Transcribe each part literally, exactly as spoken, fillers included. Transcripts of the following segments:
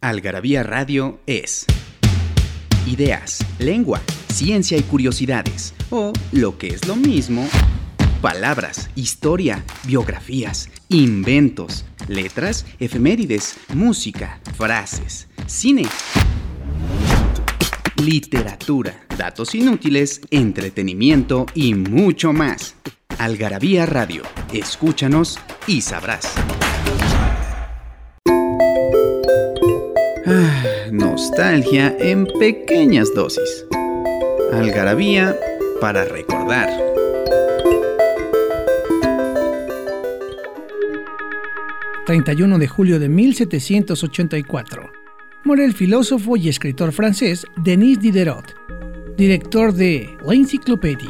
Algarabía Radio es ideas, lengua, ciencia y curiosidades, o lo que es lo mismo, palabras, historia, biografías, inventos, letras, efemérides, música, frases, cine, literatura, datos inútiles, entretenimiento y mucho más. Algarabía Radio, escúchanos y sabrás. Ah, nostalgia en pequeñas dosis. Algarabía para recordar. treinta y uno de julio de mil setecientos ochenta y cuatro. Muere el filósofo y escritor francés Denis Diderot, director de La Enciclopédie.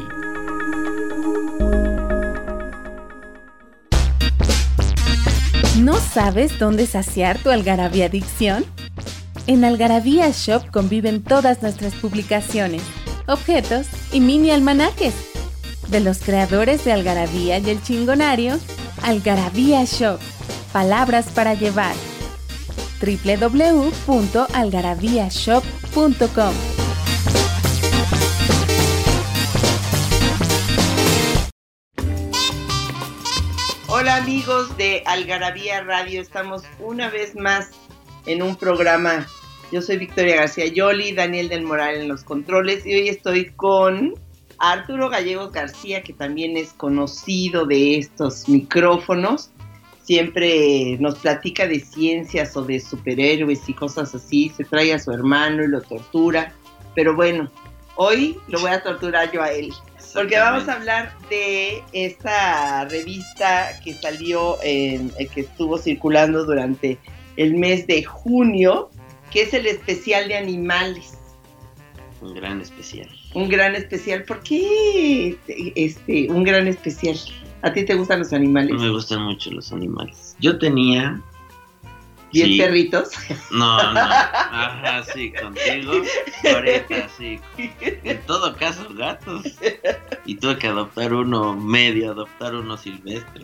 ¿No sabes dónde saciar tu algarabía adicción? En Algarabía Shop conviven todas nuestras publicaciones, objetos y mini almanaques. De los creadores de Algarabía y El Chingonario, Algarabía Shop, palabras para llevar. doble u doble u doble u punto algarabía shop punto com. Hola amigos de Algarabía Radio, estamos una vez más en un programa. Yo soy Victoria García Yoli, Daniel del Moral en los controles, y hoy estoy con Arturo Gallegos García, que también es conocido de estos micrófonos. Siempre nos platica de ciencias o de superhéroes y cosas así, se trae a su hermano y lo tortura, pero bueno, hoy lo voy a torturar yo a él, porque vamos a hablar de esta revista que salió, en, que estuvo circulando durante el mes de junio, que es el especial de animales. Un gran especial. Un gran especial, ¿por qué este, un gran especial? ¿A ti te gustan los animales? Me gustan mucho los animales. Yo tenía... ¿Diez sí. perritos? No, no. Ajá, sí, contigo. Ahorita, sí. En todo caso, gatos. Y tuve que adoptar uno medio, adoptar uno silvestre.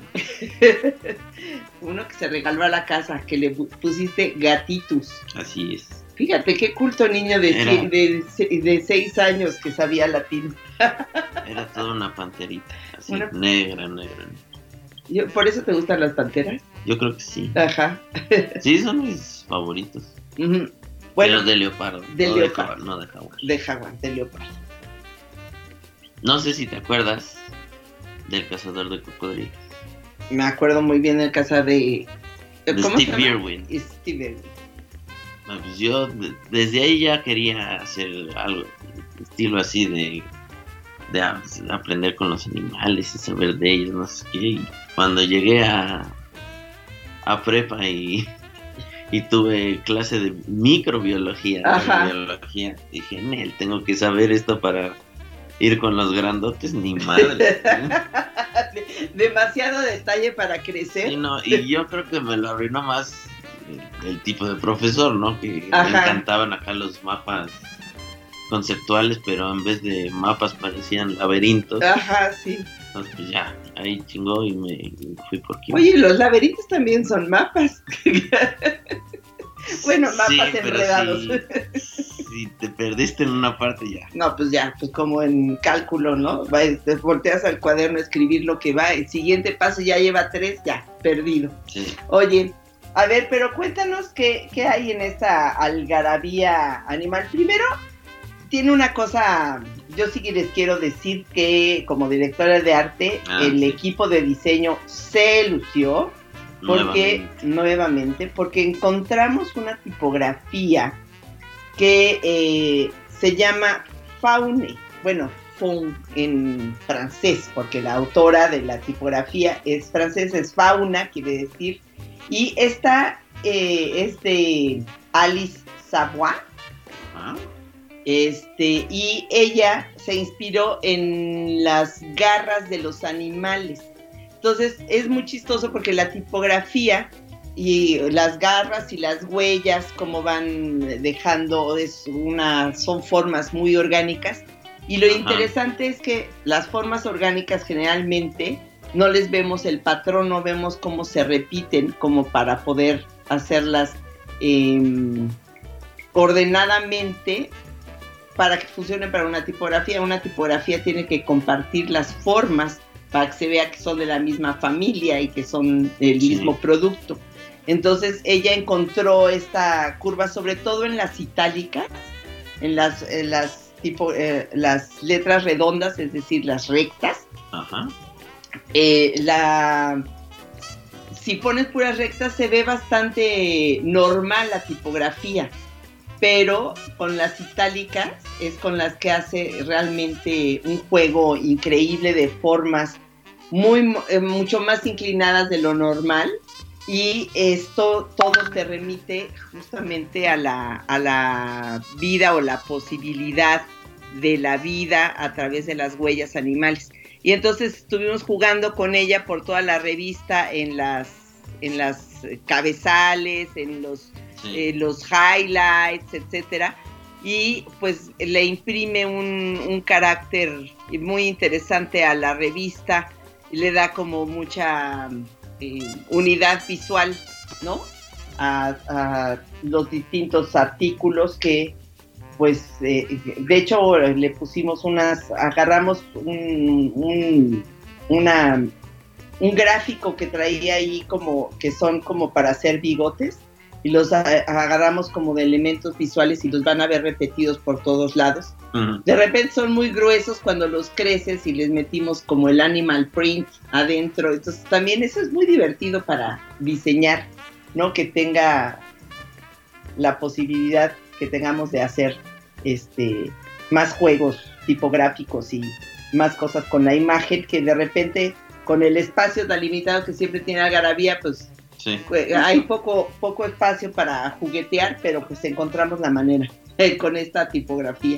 Uno que se regaló a la casa, que le pusiste Gatitus. Así es. Fíjate, qué culto niño de, Era... cien, de, de seis años que sabía latín. Era toda una panterita, así, una... negra, negra. Yo, ¿por eso te gustan las panteras? Yo creo que sí. Ajá. Sí, son mis favoritos. Uh-huh. Bueno, pero de leopardo. De no leopardo. De, no de jaguar. De jaguar, de leopardo. No sé si te acuerdas del cazador de cocodrilos. Me acuerdo muy bien el caza de... ¿Cómo Steve Irwin. Steve Irwin. Bueno, pues yo de, desde ahí ya quería hacer algo, estilo así de, de a, aprender con los animales y saber de ellos, no sé qué. Y cuando llegué a, a prepa y, y tuve clase de microbiología, de biología, dije, Nel, tengo que saber esto para ir con los grandotes, ni madre. ¿Sí? Demasiado detalle para crecer. Sí, no, y yo creo que me lo arruinó más el, el tipo de profesor, ¿no? Que Ajá. me encantaban acá los mapas conceptuales, pero en vez de mapas parecían laberintos. Ajá, sí. Entonces pues ya, ahí chingó y me, me fui por química. Oye, los laberintos también son mapas. Bueno, mapas sí, enredados. Si, si te perdiste en una parte ya. No, pues ya, pues como en cálculo, ¿no? Va, te volteas al cuaderno a escribir lo que va, el siguiente paso ya lleva tres, ya, perdido. Sí. Oye, a ver, pero cuéntanos qué, qué hay en esta algarabía animal. Primero, tiene una cosa, yo sí que les quiero decir que como directora de arte, ah, el sí. equipo de diseño se lució. Porque, nuevamente. nuevamente, porque encontramos una tipografía que eh, se llama Faune, bueno, Faune en francés, porque la autora de la tipografía es francesa, es Fauna, quiere decir, y esta eh, es de Alice Savoy, ¿ah? este, y ella se inspiró en las garras de los animales. Entonces es muy chistoso porque la tipografía y las garras y las huellas como van dejando es una, son formas muy orgánicas, y lo Ajá. interesante es que las formas orgánicas generalmente no les vemos el patrón, no vemos cómo se repiten como para poder hacerlas eh, ordenadamente para que funcione para una tipografía. Una tipografía tiene que compartir las formas para que se vea que son de la misma familia y que son del sí. mismo producto. Entonces ella encontró esta curva, sobre todo en las itálicas, en las, en las, tipo, eh, las letras redondas, es decir, las rectas. Ajá. Eh, la, si pones puras rectas se ve bastante normal la tipografía, pero con las itálicas es con las que hace realmente un juego increíble de formas muy eh, mucho más inclinadas de lo normal, y esto todo te remite justamente a la, a la vida o la posibilidad de la vida a través de las huellas animales. Y entonces estuvimos jugando con ella por toda la revista, en las, en las cabezales, en los, sí. eh, los highlights, etcétera. Y pues le imprime un, un carácter muy interesante a la revista, y le da como mucha eh, unidad visual, ¿no? A, a los distintos artículos que, pues, eh, de hecho le pusimos unas, agarramos un, un, una, un gráfico que traía ahí como, que son como para hacer bigotes, y los a, agarramos como de elementos visuales y los van a ver repetidos por todos lados. Uh-huh. De repente son muy gruesos cuando los creces y les metimos como el animal print adentro, entonces también eso es muy divertido para diseñar, ¿no? Que tenga la posibilidad que tengamos de hacer este más juegos tipográficos y más cosas con la imagen, que de repente con el espacio tan limitado que siempre tiene Algarabía, pues sí. hay poco poco espacio para juguetear, pero pues encontramos la manera eh, con esta tipografía.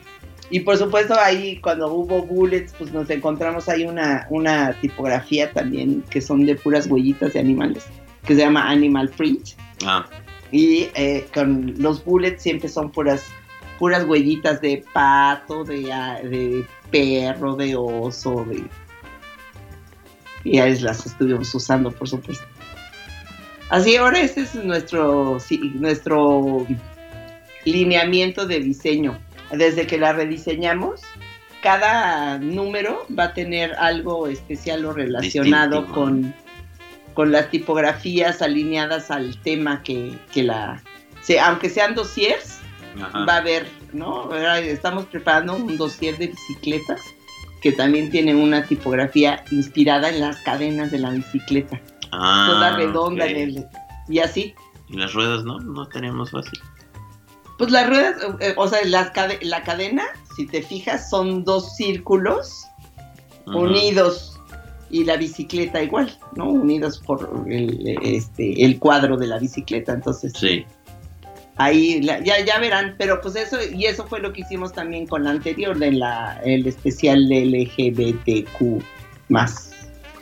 Y por supuesto ahí cuando hubo bullets, pues nos encontramos ahí una, una tipografía también que son de puras huellitas de animales, que se llama Animal Print. Ah. Y eh, con los bullets siempre son puras puras huellitas de pato, de, de perro, de oso, de... y ahí las estuvimos usando, por supuesto. Así, ahora este es nuestro, sí, nuestro lineamiento de diseño. Desde que la rediseñamos, cada número va a tener algo especial o relacionado con, con las tipografías alineadas al tema que, que la... Se, aunque sean dossiers, ajá, va a haber, ¿no? Ahora estamos preparando un dossier de bicicletas que también tiene una tipografía inspirada en las cadenas de la bicicleta. Ah, toda redonda, okay, en el, y así. ¿Y las ruedas no? No tenemos fácil. Pues las ruedas, eh, o sea, las cade- la cadena, si te fijas, son dos círculos, uh-huh, unidos, y la bicicleta igual, ¿no? Unidos por el, este, el cuadro de la bicicleta, entonces. Sí. Ahí la, ya, ya verán, pero pues eso, y eso fue lo que hicimos también con la anterior, de la, el especial L G B T Q más.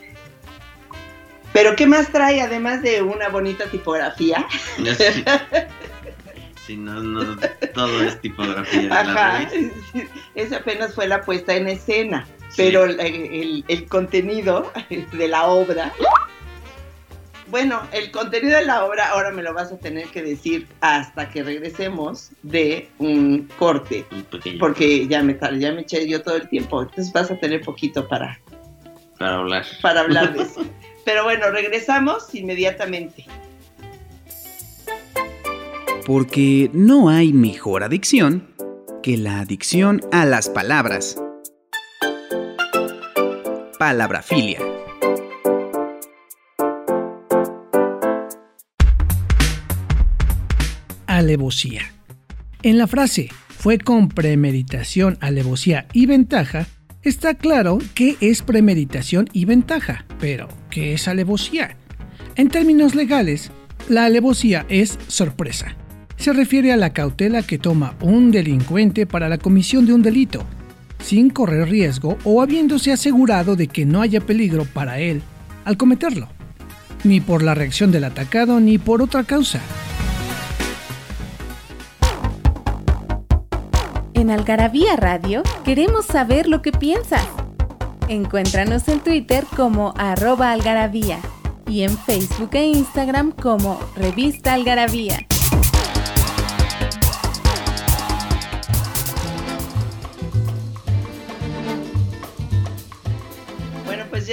Pero ¿qué más trae además de una bonita tipografía? Sí, sí, no, no, todo es tipografía. Ajá, esa apenas fue la puesta en escena, sí, pero el, el, el contenido de la obra... Bueno, el contenido de la obra ahora me lo vas a tener que decir hasta que regresemos de un corte, un porque ya me ya me eché yo todo el tiempo, entonces vas a tener poquito para para hablar para hablar de eso. Pero bueno, regresamos inmediatamente. Porque no hay mejor adicción que la adicción a las palabras. Palabrafilia. Alevosía. En la frase "fue con premeditación, alevosía y ventaja", está claro que es premeditación y ventaja, pero ¿qué es alevosía? En términos legales, la alevosía es sorpresa. Se refiere a la cautela que toma un delincuente para la comisión de un delito, sin correr riesgo o habiéndose asegurado de que no haya peligro para él al cometerlo, ni por la reacción del atacado ni por otra causa. En Algarabía Radio queremos saber lo que piensas. Encuéntranos en Twitter como arroba algarabía y en Facebook e Instagram como Revista Algarabía.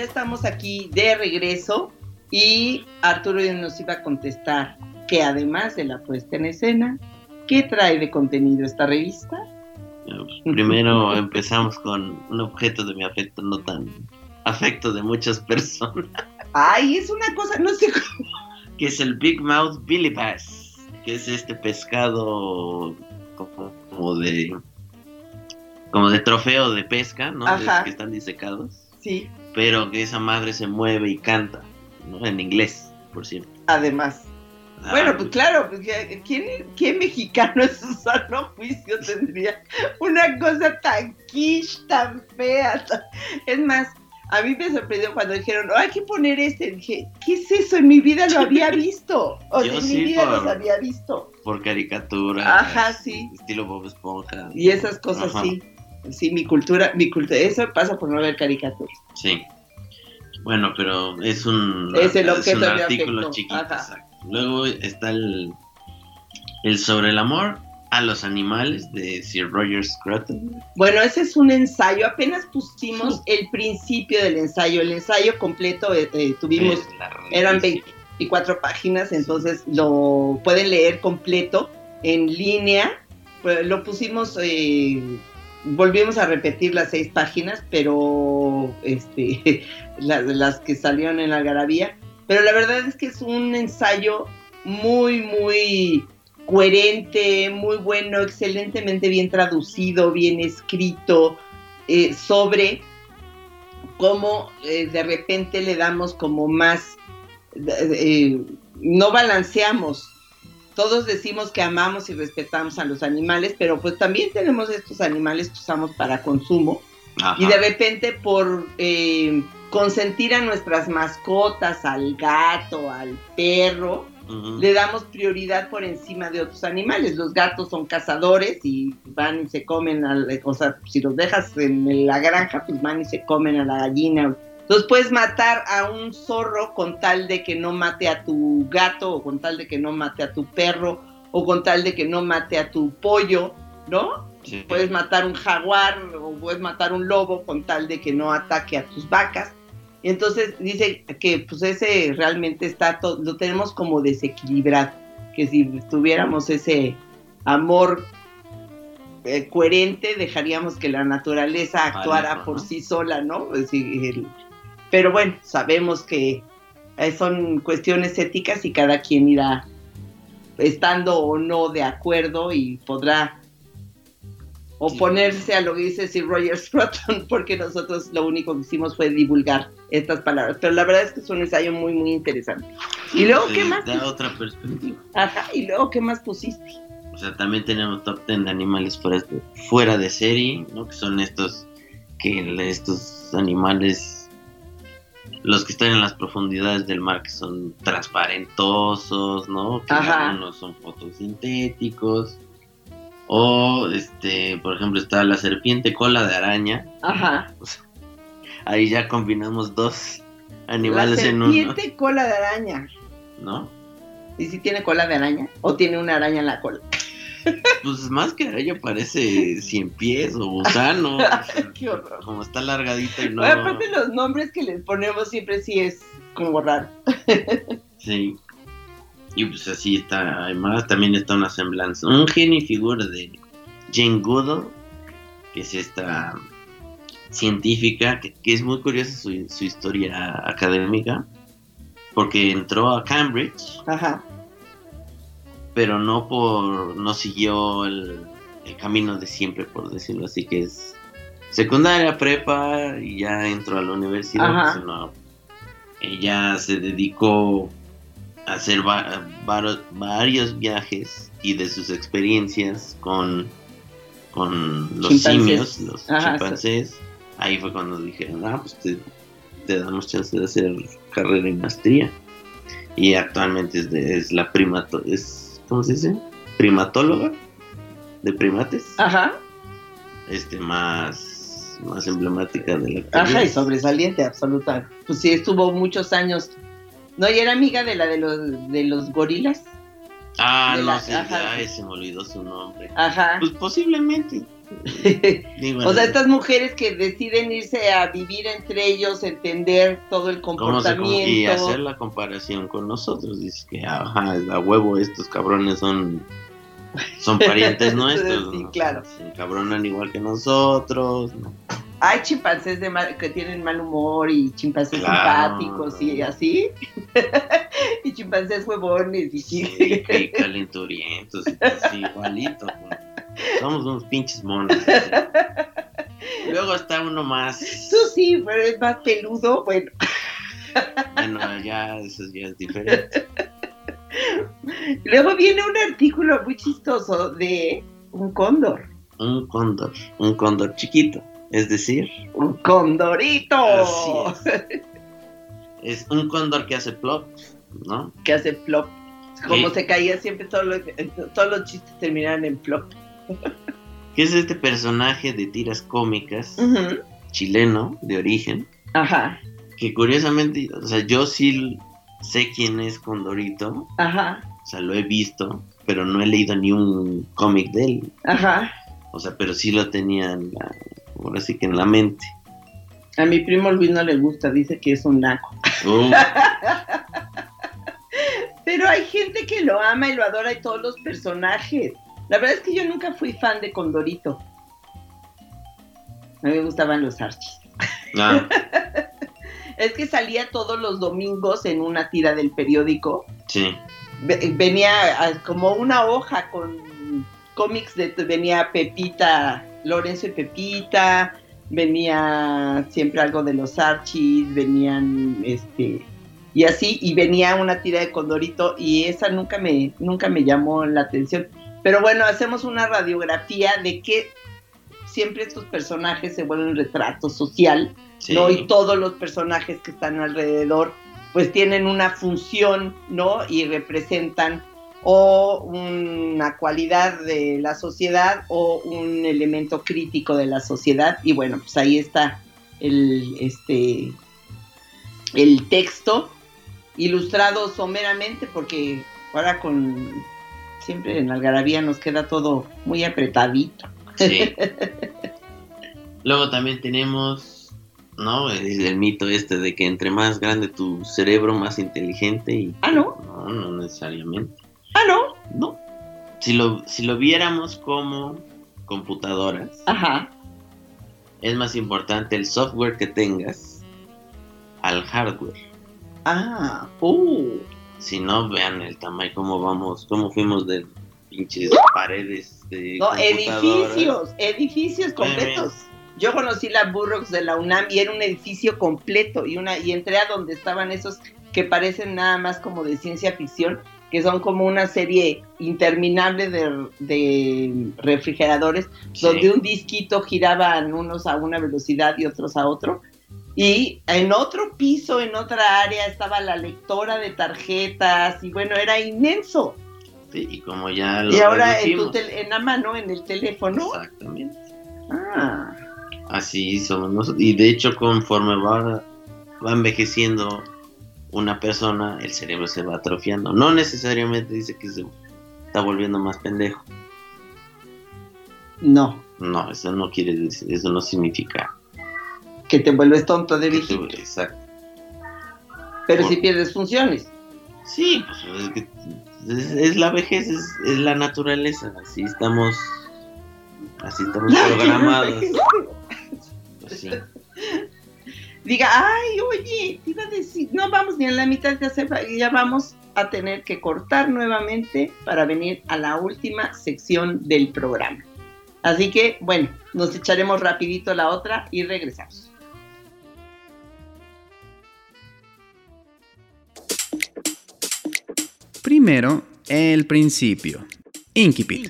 estamos aquí de regreso y Arturo nos iba a contestar que además de la puesta en escena, ¿qué trae de contenido esta revista? Primero empezamos con un objeto de mi afecto, no tan afecto de muchas personas. Ay, es una cosa, no sé cómo. Que es el Big Mouth Billy Bass, que es este pescado como, como de como de trofeo de pesca, ¿no? Ajá. De que están disecados. Sí. Pero que esa madre se mueve y canta, ¿no? En inglés, por cierto. Además. Ah, bueno, pues claro, ¿quién, ¿quién mexicano en su sano juicio tendría una cosa tan quiche, tan fea? Tan... Es más, a mí me sorprendió cuando dijeron, oh, hay que poner este. Dije, ¿qué es eso? En mi vida lo había visto. O sea, en sí, mi vida por, los había visto. Por caricatura. Ajá, sí. Estilo Bob Esponja. Y esas cosas, ajá. sí. Sí, mi cultura, mi cultura, eso pasa por no ver caricaturas. Sí. Bueno, pero es un, es el es un de artículo afecto. chiquito, Ajá. Exacto. Luego está el, el sobre el amor a los animales de Sir Roger Scruton. Bueno, ese es un ensayo, apenas pusimos el principio del ensayo, el ensayo completo eh, eh, tuvimos, eran veinticuatro páginas, entonces lo pueden leer completo en línea, pues, lo pusimos... Eh, volvimos a repetir las seis páginas, pero este, las, las que salieron en la Algarabía. Pero la verdad es que es un ensayo muy, muy coherente, muy bueno, excelentemente bien traducido, bien escrito, eh, sobre cómo eh, de repente le damos como más, eh, no balanceamos. Todos decimos que amamos y respetamos a los animales, pero pues también tenemos estos animales que usamos para consumo. Ajá. Y de repente por eh, consentir a nuestras mascotas, al gato, al perro, uh-huh. le damos prioridad por encima de otros animales. Los gatos son cazadores y van y se comen, al, o sea, si los dejas en la granja, pues van y se comen a la gallina. Entonces puedes matar a un zorro con tal de que no mate a tu gato, o con tal de que no mate a tu perro, o con tal de que no mate a tu pollo, ¿no? Sí. Puedes matar un jaguar, o puedes matar un lobo con tal de que no ataque a tus vacas. Y entonces dice que pues ese realmente está, to- lo tenemos como desequilibrado, que si tuviéramos ese amor eh, coherente, dejaríamos que la naturaleza actuara vale, por ¿no? sí sola, ¿no? Es decir, el, Pero bueno, sabemos que son cuestiones éticas y cada quien irá estando o no de acuerdo y podrá oponerse a lo que dice Sir Roger Scruton, porque nosotros lo único que hicimos fue divulgar estas palabras. Pero la verdad es que es un ensayo muy, muy interesante. Y luego, sí, ¿qué más? Da otra perspectiva. Ajá, y luego, ¿qué más pusiste? O sea, también tenemos top ten de animales fuera de, fuera de serie, ¿no? Que son estos, que estos animales... los que están en las profundidades del mar, que son transparentosos, ¿no? Que Ajá. algunos son fotosintéticos. O, este, por ejemplo, está la serpiente cola de araña. Ajá. O sea, ahí ya combinamos dos animales en uno. La serpiente cola de araña. ¿No? ¿Y si tiene cola de araña? ¿O tiene una araña en la cola? Pues más que araña parece cien pies o gusano. Qué horror. Como está largadita y no... Bueno, aparte los nombres que les ponemos siempre sí es como raro. Sí. Y pues así está. Además también está una semblanza. Un genio y figura de Jane Goodall, que es esta científica, que, que es muy curiosa su, su historia académica, porque entró a Cambridge. Ajá. Pero no por no siguió el, el camino de siempre, por decirlo así, que es secundaria, prepa, y ya entró a la universidad, sino ella se dedicó a hacer va, va, varios viajes y de sus experiencias con, con los chimpancés. simios, los Ajá, chimpancés, sí. Ahí fue cuando dijeron, ah, pues te, te damos chance de hacer carrera y maestría, y actualmente es, de, es la primato, es ¿cómo se dice? Primatóloga de primates. Ajá. Este, más, más emblemática de la actualidad. Ajá, y sobresaliente, absoluta. Pues sí, estuvo muchos años. ¿No? Y era amiga de la de los, de los gorilas. Ah, de no la, sé, ajá. Ay, se me olvidó su nombre. Ajá. Pues posiblemente. O sea, estas mujeres que deciden irse a vivir entre ellos, entender todo el comportamiento. Y hacer la comparación con nosotros. Dices que, ajá, a huevo, estos cabrones son, son parientes nuestros. Sí, ¿no? claro. Se encabronan igual que nosotros, ¿no? Hay chimpancés de mal, que tienen mal humor y chimpancés Claro. simpáticos y así. Y chimpancés huevones y Sí, y calenturientos, así, igualito. ¿no? Somos unos pinches monos. Así. Luego está uno más. Tú sí, pero es más peludo, bueno. Bueno, ya eso ya es diferente. Luego viene un artículo muy chistoso de un cóndor. Un cóndor, un cóndor chiquito, es decir, ¡Un condorito! Así es un cóndor que hace plop, ¿no? Que hace flop. Como Sí. se caía siempre, todos los, todos los chistes terminaban en flop. Que es este personaje de tiras cómicas Uh-huh. chileno de origen, Ajá, que curiosamente, o sea, yo sí sé quién es Condorito, ajá, o sea, lo he visto, pero no he leído ni un cómic de él, ajá. o sea, pero sí lo tenía en la, ahora sí que en la mente. A mi primo Luis no le gusta, dice que es un naco. Uh, Pero hay gente que lo ama y lo adora y todos los personajes. La verdad es que yo nunca fui fan de Condorito. A mí me gustaban los Archies. ah, Es que salía todos los domingos en una tira del periódico. sí, Ve- Venía ah, como una hoja con cómics de... Venía Pepita, Lorenzo y Pepita. Venía siempre algo de los Archies. Venían, este... Y así, y venía una tira de Condorito. Y esa nunca me, nunca me llamó la atención. Pero bueno, hacemos una radiografía de que siempre estos personajes se vuelven un retrato social, sí. ¿no? Y todos los personajes que están alrededor, pues tienen una función, ¿no? Y representan o una cualidad de la sociedad o un elemento crítico de la sociedad. Y bueno, pues ahí está el, este, el texto, ilustrado someramente, porque ahora con... Siempre en Algarabía nos queda todo muy apretadito. Sí. Luego también tenemos, ¿no? El, el mito este de que entre más grande tu cerebro, más inteligente. Y Ah, ¿no? No, no necesariamente. Ah, ¿no? No. Si lo, si lo viéramos como computadoras, Ajá. es más importante el software que tengas al hardware. Ah, uh. Si no, vean el tamaño, cómo vamos, cómo fuimos de pinches paredes de No, computadoras. edificios, edificios completos. Yo conocí la Burroughs de la UNAM y era un edificio completo y una y entré a donde estaban esos que parecen nada más como de ciencia ficción, que son como una serie interminable de, de refrigeradores, Sí. donde un disquito giraban unos a una velocidad y otros a otro. Y en otro piso, en otra área, estaba la lectora de tarjetas y bueno, era inmenso. Sí, y como ya lo Y ahora en, reducimos. tu tel- en la mano, en el teléfono. Exactamente. Ah, Así somos nosotros. Y de hecho, conforme va, va envejeciendo una persona, el cerebro se va atrofiando. No necesariamente dice que se está volviendo más pendejo. no, No, eso no quiere decir, eso no significa. que te vuelves tonto de que viejito. te- exacto. Pero por- si pierdes funciones. Sí, pues es, que es, es la vejez, es, es la naturaleza. Así estamos, así estamos programados. Pues sí. Diga, ay, oye, te iba a decir, no vamos ni a la mitad de hacer, ya vamos a tener que cortar nuevamente para venir a la última sección del programa. Así que, bueno, nos echaremos rapidito la otra y regresamos. Primero, el principio. Incipit.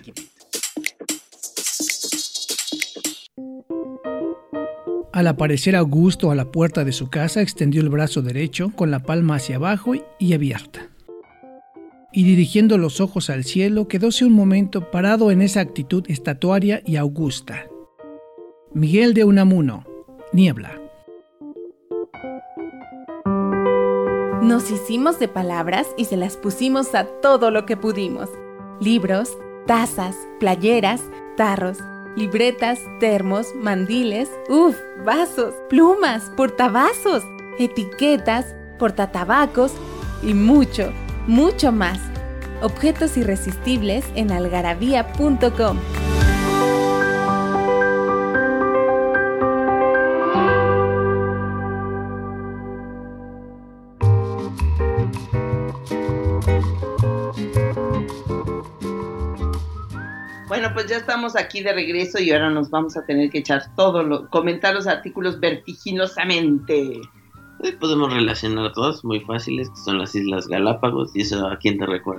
Al aparecer Augusto a la puerta de su casa, extendió el brazo derecho con la palma hacia abajo y abierta. Y dirigiendo los ojos al cielo, quedóse un momento parado en esa actitud estatuaria y augusta. Miguel de Unamuno, Niebla. Nos hicimos de palabras y se las pusimos a todo lo que pudimos. Libros, tazas, playeras, tarros, libretas, termos, mandiles, uff, vasos, plumas, portavasos, etiquetas, portatabacos y mucho, mucho más. Objetos irresistibles en algarabía punto com. Bueno, pues ya estamos aquí de regreso y ahora nos vamos a tener que echar todo, lo, comentar los artículos vertiginosamente. Hoy podemos relacionar todos muy fáciles, que son las Islas Galápagos, y eso ¿a quién te recuerda?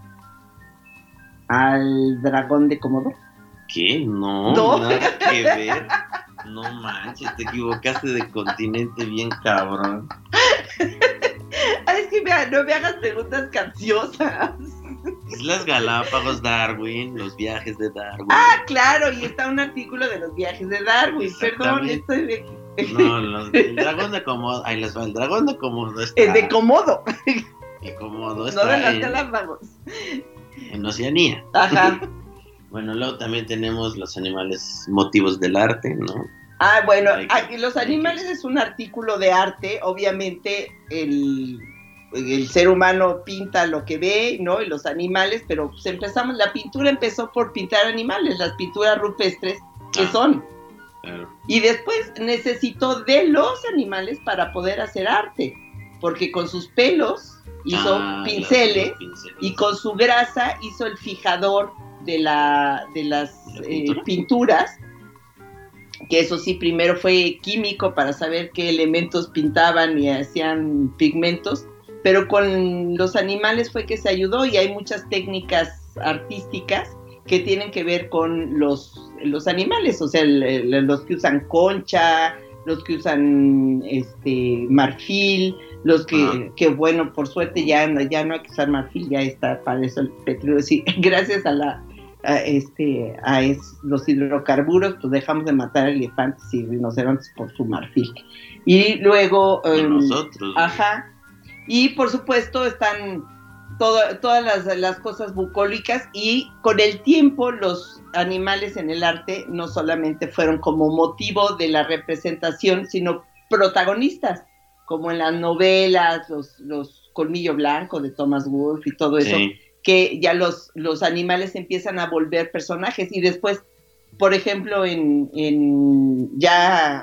¿Al dragón de Komodo? ¿Qué? No, ¿No? Nada que ver. No manches, te equivocaste de continente bien cabrón. Ay, es que me, no me hagas preguntas capciosas. Islas Galápagos, Darwin, los viajes de Darwin. Ah, claro, y está un artículo de los viajes de Darwin. Perdón, estoy de... No, los, el dragón de Komodo, ahí les va, el dragón de Komodo está... El de Komodo. El Komodo No está de las en, Galápagos. en Oceanía. Ajá. Bueno, luego también tenemos los animales motivos del arte, ¿no? Ah, bueno, Hay que- aquí los animales es un artículo de arte, obviamente el, el ser humano pinta lo que ve, ¿no? Y los animales, pero pues empezamos, la pintura empezó por pintar animales, las pinturas rupestres, que Ah. son, Claro. y después necesitó de los animales para poder hacer arte, porque con sus pelos hizo Ah, pinceles, los pinceles. y con su grasa hizo el fijador de, la, de las ¿La eh, pintura? pinturas, que eso sí, primero fue químico para saber qué elementos pintaban y hacían pigmentos, pero con los animales fue que se ayudó y hay muchas técnicas artísticas que tienen que ver con los, los animales, o sea, el, el, los que usan concha, los que usan este marfil, los que, Ah. que bueno, por suerte ya, ya no hay que usar marfil, ya está para eso el petróleo, sí, gracias a la a, este a es, los hidrocarburos, pues dejamos de matar elefantes y rinocerontes por su marfil. Y luego Con um, nosotros. ajá, y por supuesto están todo, todas las, las cosas bucólicas, y con el tiempo los animales en el arte no solamente fueron como motivo de la representación, sino protagonistas, como en las novelas, los, los Colmillo Blanco de Thomas Wolfe y todo eso, Sí. que ya los, los animales empiezan a volver personajes, y después, por ejemplo, en, en ya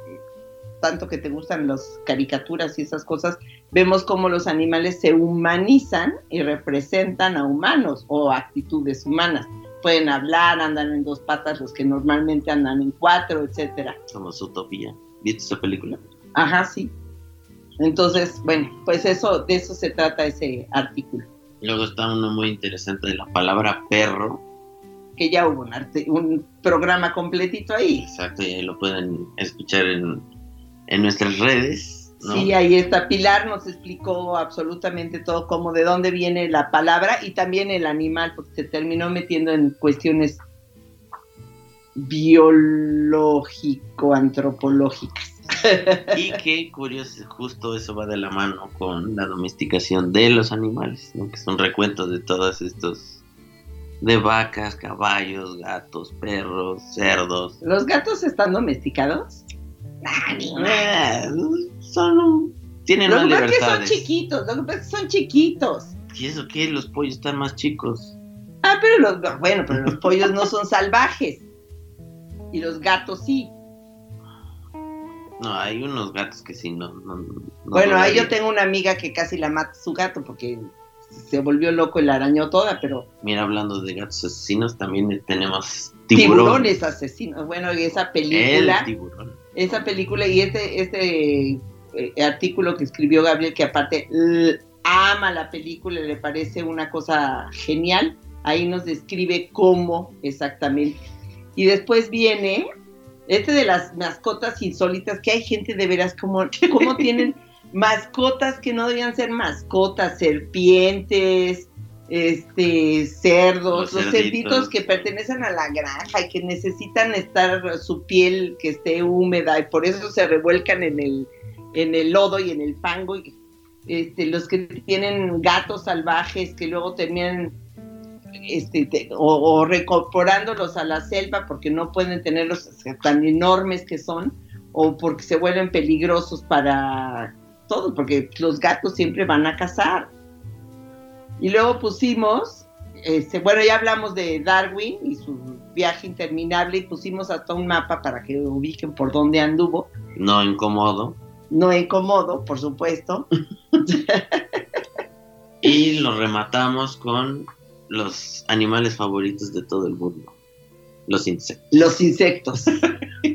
tanto que te gustan las caricaturas y esas cosas, vemos cómo los animales se humanizan y representan a humanos o actitudes humanas. Pueden hablar, andan en dos patas los que normalmente andan en cuatro, etcétera. Como Zootopia. ¿Viste esa película? Ajá, sí. Entonces, bueno, pues eso, de eso se trata ese artículo. Luego está uno muy interesante de la palabra perro. Que ya hubo un, arte, un programa completito ahí. Exacto, y ahí lo pueden escuchar en, en nuestras redes, ¿no? Sí, ahí está. Pilar nos explicó absolutamente todo, cómo, de dónde viene la palabra y también el animal, porque se terminó metiendo en cuestiones biológico-antropológicas. Y qué curioso, justo eso va de la mano con la domesticación de los animales, ¿no? Que es un recuento de todos estos, de vacas, caballos, gatos, perros, cerdos. ¿Los gatos están domesticados? Eh, son, tienen Lo más que pasa es que son libertades. chiquitos, lo que pasa es que son chiquitos. ¿Y eso qué? Los pollos están más chicos. Ah, pero los, bueno, pero los pollos no son salvajes. Y los gatos sí. No, hay unos gatos que sí, no. no, no Bueno, ahí dudaría. yo tengo una amiga que casi la mata su gato porque se volvió loco y la arañó toda, pero Mira, hablando de gatos asesinos, también tenemos tiburón. tiburones asesinos. Bueno, y esa película, El tiburón. esa película y este, este eh, artículo que escribió Gabriel, que aparte l- ama la película, le parece una cosa genial, ahí nos describe cómo exactamente. Y después viene este de las mascotas insólitas, que hay gente de veras como, como tienen mascotas que no debían ser mascotas, serpientes, este, cerdos, Los los, cerditos. cerditos que pertenecen a la granja y que necesitan estar su piel que esté húmeda y por eso se revuelcan en el, en el lodo y en el fango. Y, este, los que tienen gatos salvajes que luego terminan este, te, o, o reincorporándolos a la selva porque no pueden tenerlos tan enormes que son, o porque se vuelven peligrosos para todos, porque los gatos siempre van a cazar. Y luego pusimos, este, bueno, ya hablamos de Darwin y su viaje interminable, y pusimos hasta un mapa para que ubiquen por dónde anduvo. No incómodo. No incómodo, por supuesto. Y lo rematamos con los animales favoritos de todo el mundo. Los insectos. Los insectos. Eso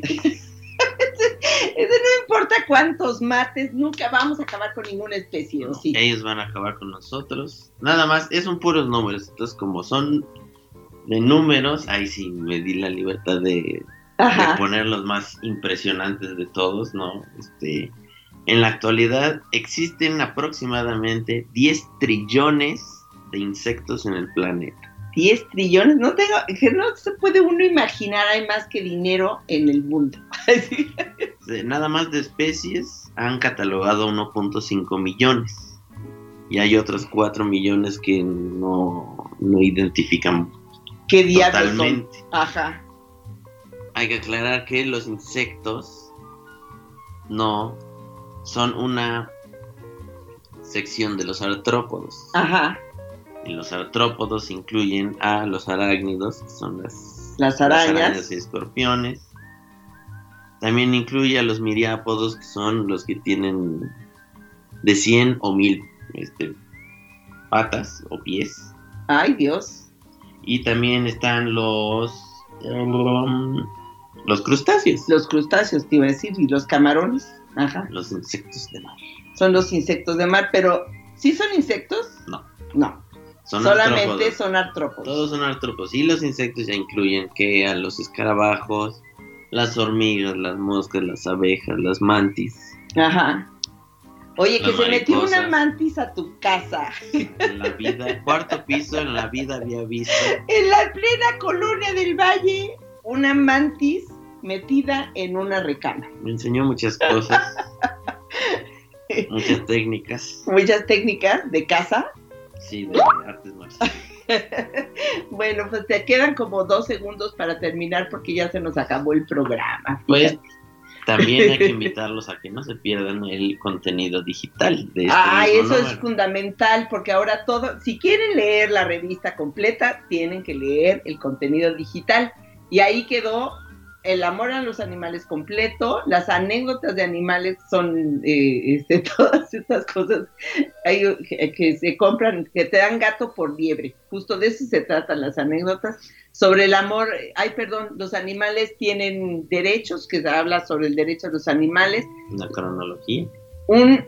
no importa cuántos mates, nunca vamos a acabar con ninguna especie, ¿o sí? Ellos van a acabar con nosotros. Nada más, es un puros números. Entonces, como son de números, ahí sí me di la libertad de, de poner los más impresionantes de todos, ¿no? Este, en la actualidad existen aproximadamente diez trillones de insectos en el planeta. diez trillones, no tengo, no se puede uno imaginar, hay más que dinero en el mundo. Nada más de especies han catalogado uno punto cinco millones y hay otros cuatro millones que no, no identifican ¿Qué diablos totalmente. Son? Ajá. Hay que aclarar que los insectos no son una sección de los artrópodos. Ajá. Y los artrópodos incluyen a los arácnidos, que son las, las arañas. las arañas y escorpiones. También incluye a los miriápodos, que son los que tienen de cien o mil este, patas o pies. ¡Ay, Dios! Y también están los um, los crustáceos. Los crustáceos, te iba a decir, y los camarones. Ajá. Los insectos de mar. Son los insectos de mar, pero ¿sí son insectos? No. No. Son Solamente artrópodos. son artrópodos. Todos son artrópodos. Y los insectos ya incluyen que a los escarabajos, las hormigas, las moscas, las abejas, las mantis. Ajá. Oye, las que se metió mariposas. una mantis a tu casa. En la vida, cuarto piso, en la vida había visto. En la plena colonia del Valle, una mantis metida en una recámara. Me enseñó muchas cosas. Muchas técnicas. Muchas técnicas de casa. Sí, de artes marciales. Bueno, pues te quedan como dos segundos para terminar porque ya se nos acabó el programa. Pues también hay que invitarlos a que no se pierdan el contenido digital de este Ah, mismo eso número. es fundamental porque ahora todo, si quieren leer la revista completa, tienen que leer el contenido digital. Y ahí quedó El amor a los animales completo, las anécdotas de animales son eh, este, todas estas cosas hay, que, que se compran, que te dan gato por liebre. Justo de eso se tratan las anécdotas. Sobre el amor, ay, perdón, los animales tienen derechos, que se habla sobre el derecho a los animales. Una cronología. Un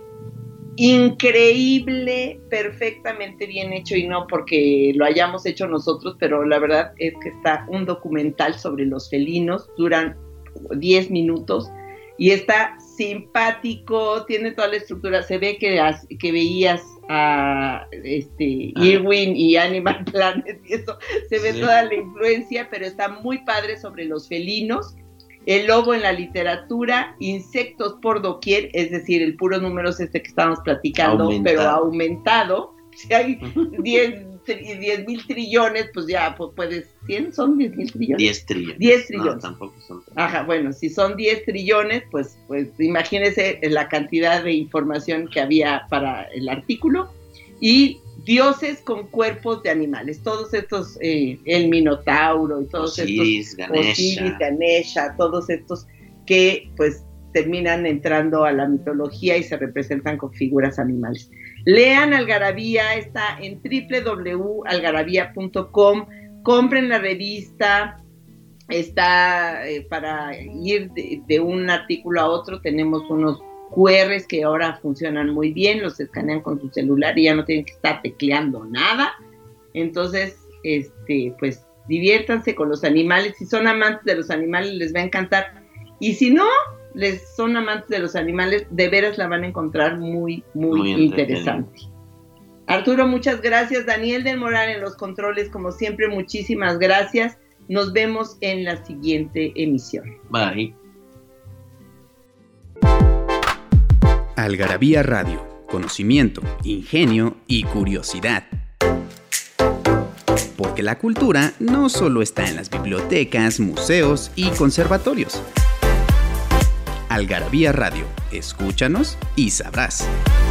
increíble, perfectamente bien hecho, y no porque lo hayamos hecho nosotros, pero la verdad es que está un documental sobre los felinos, duran diez minutos y está simpático, tiene toda la estructura, se ve que, que veías a este ah. Irwin y Animal Planet y eso, se ve sí. toda la influencia, pero está muy padre sobre los felinos. El lobo en la literatura, insectos por doquier, es decir, el puro número es este que estamos platicando, aumentado. Pero aumentado. Si hay diez mil trillones, pues ya pues puedes, ¿cien son diez mil trillones? diez trillones. diez trillones. No, tampoco son. Ajá, bueno, si son diez trillones, pues, pues imagínense la cantidad de información que había para el artículo. Y dioses con cuerpos de animales, todos estos, eh, el Minotauro y todos Osiris, estos, Ganesha. Osiris, Ganesha, todos estos que pues terminan entrando a la mitología y se representan con figuras animales. Lean Algarabía, está en doble u doble u doble u punto algarabía punto com, compren la revista, está eh, para ir de, de un artículo a otro, tenemos unos cu erres que ahora funcionan muy bien, los escanean con su celular y ya no tienen que estar tecleando nada. Entonces, este, pues diviértanse con los animales. Si son amantes de los animales, les va a encantar. Y si no, les son amantes de los animales, de veras la van a encontrar muy, muy, muy interesante. Arturo, muchas gracias. Daniel del Moral en los controles, como siempre, muchísimas gracias. Nos vemos en la siguiente emisión. Bye. Algarabía Radio, conocimiento, ingenio y curiosidad. porque la cultura no solo está en las bibliotecas, museos y conservatorios. Algarabía Radio, escúchanos y sabrás.